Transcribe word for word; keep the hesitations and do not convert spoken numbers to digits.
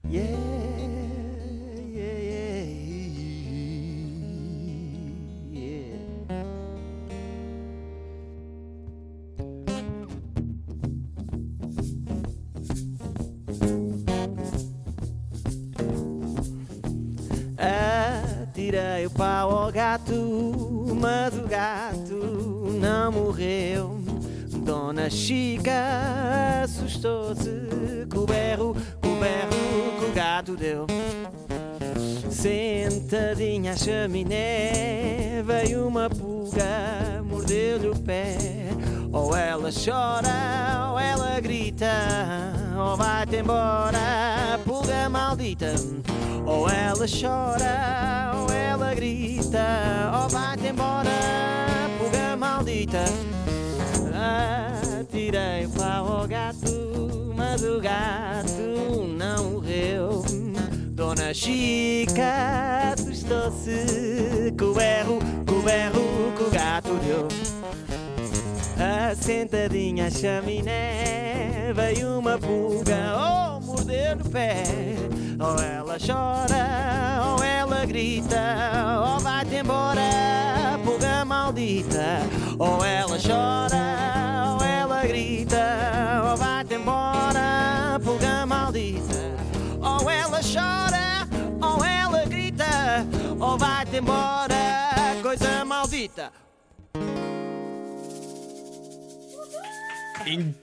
Yeah, yeah, yeah, yeah. Atirei o pau ao gato, mas o gato não morreu. Dona Chica assustou-se com o berro, com o berro que o gato deu. Sentadinha à chaminé, veio uma pulga, mordeu-lhe o pé. Ou ela chora, ou ela grita, ou vai-te embora, pulga maldita. Ou ela chora, ou ela grita, ou vai-te embora, pulga maldita. Atirei o pau ao gato, mas o gato não morreu. Dona Chica assustou-se com o berro, com o berro que o gato deu. Sentadinha à chaminé, veio uma pulga, oh, mordeu no pé. Ou ela chora, ou ela grita, ou vai-te embora, pulga maldita. Ou ela chora, ou ela grita, ou vai-te embora, pulga maldita. Ou ela chora, ou ela grita, ou vai-te embora, coisa maldita.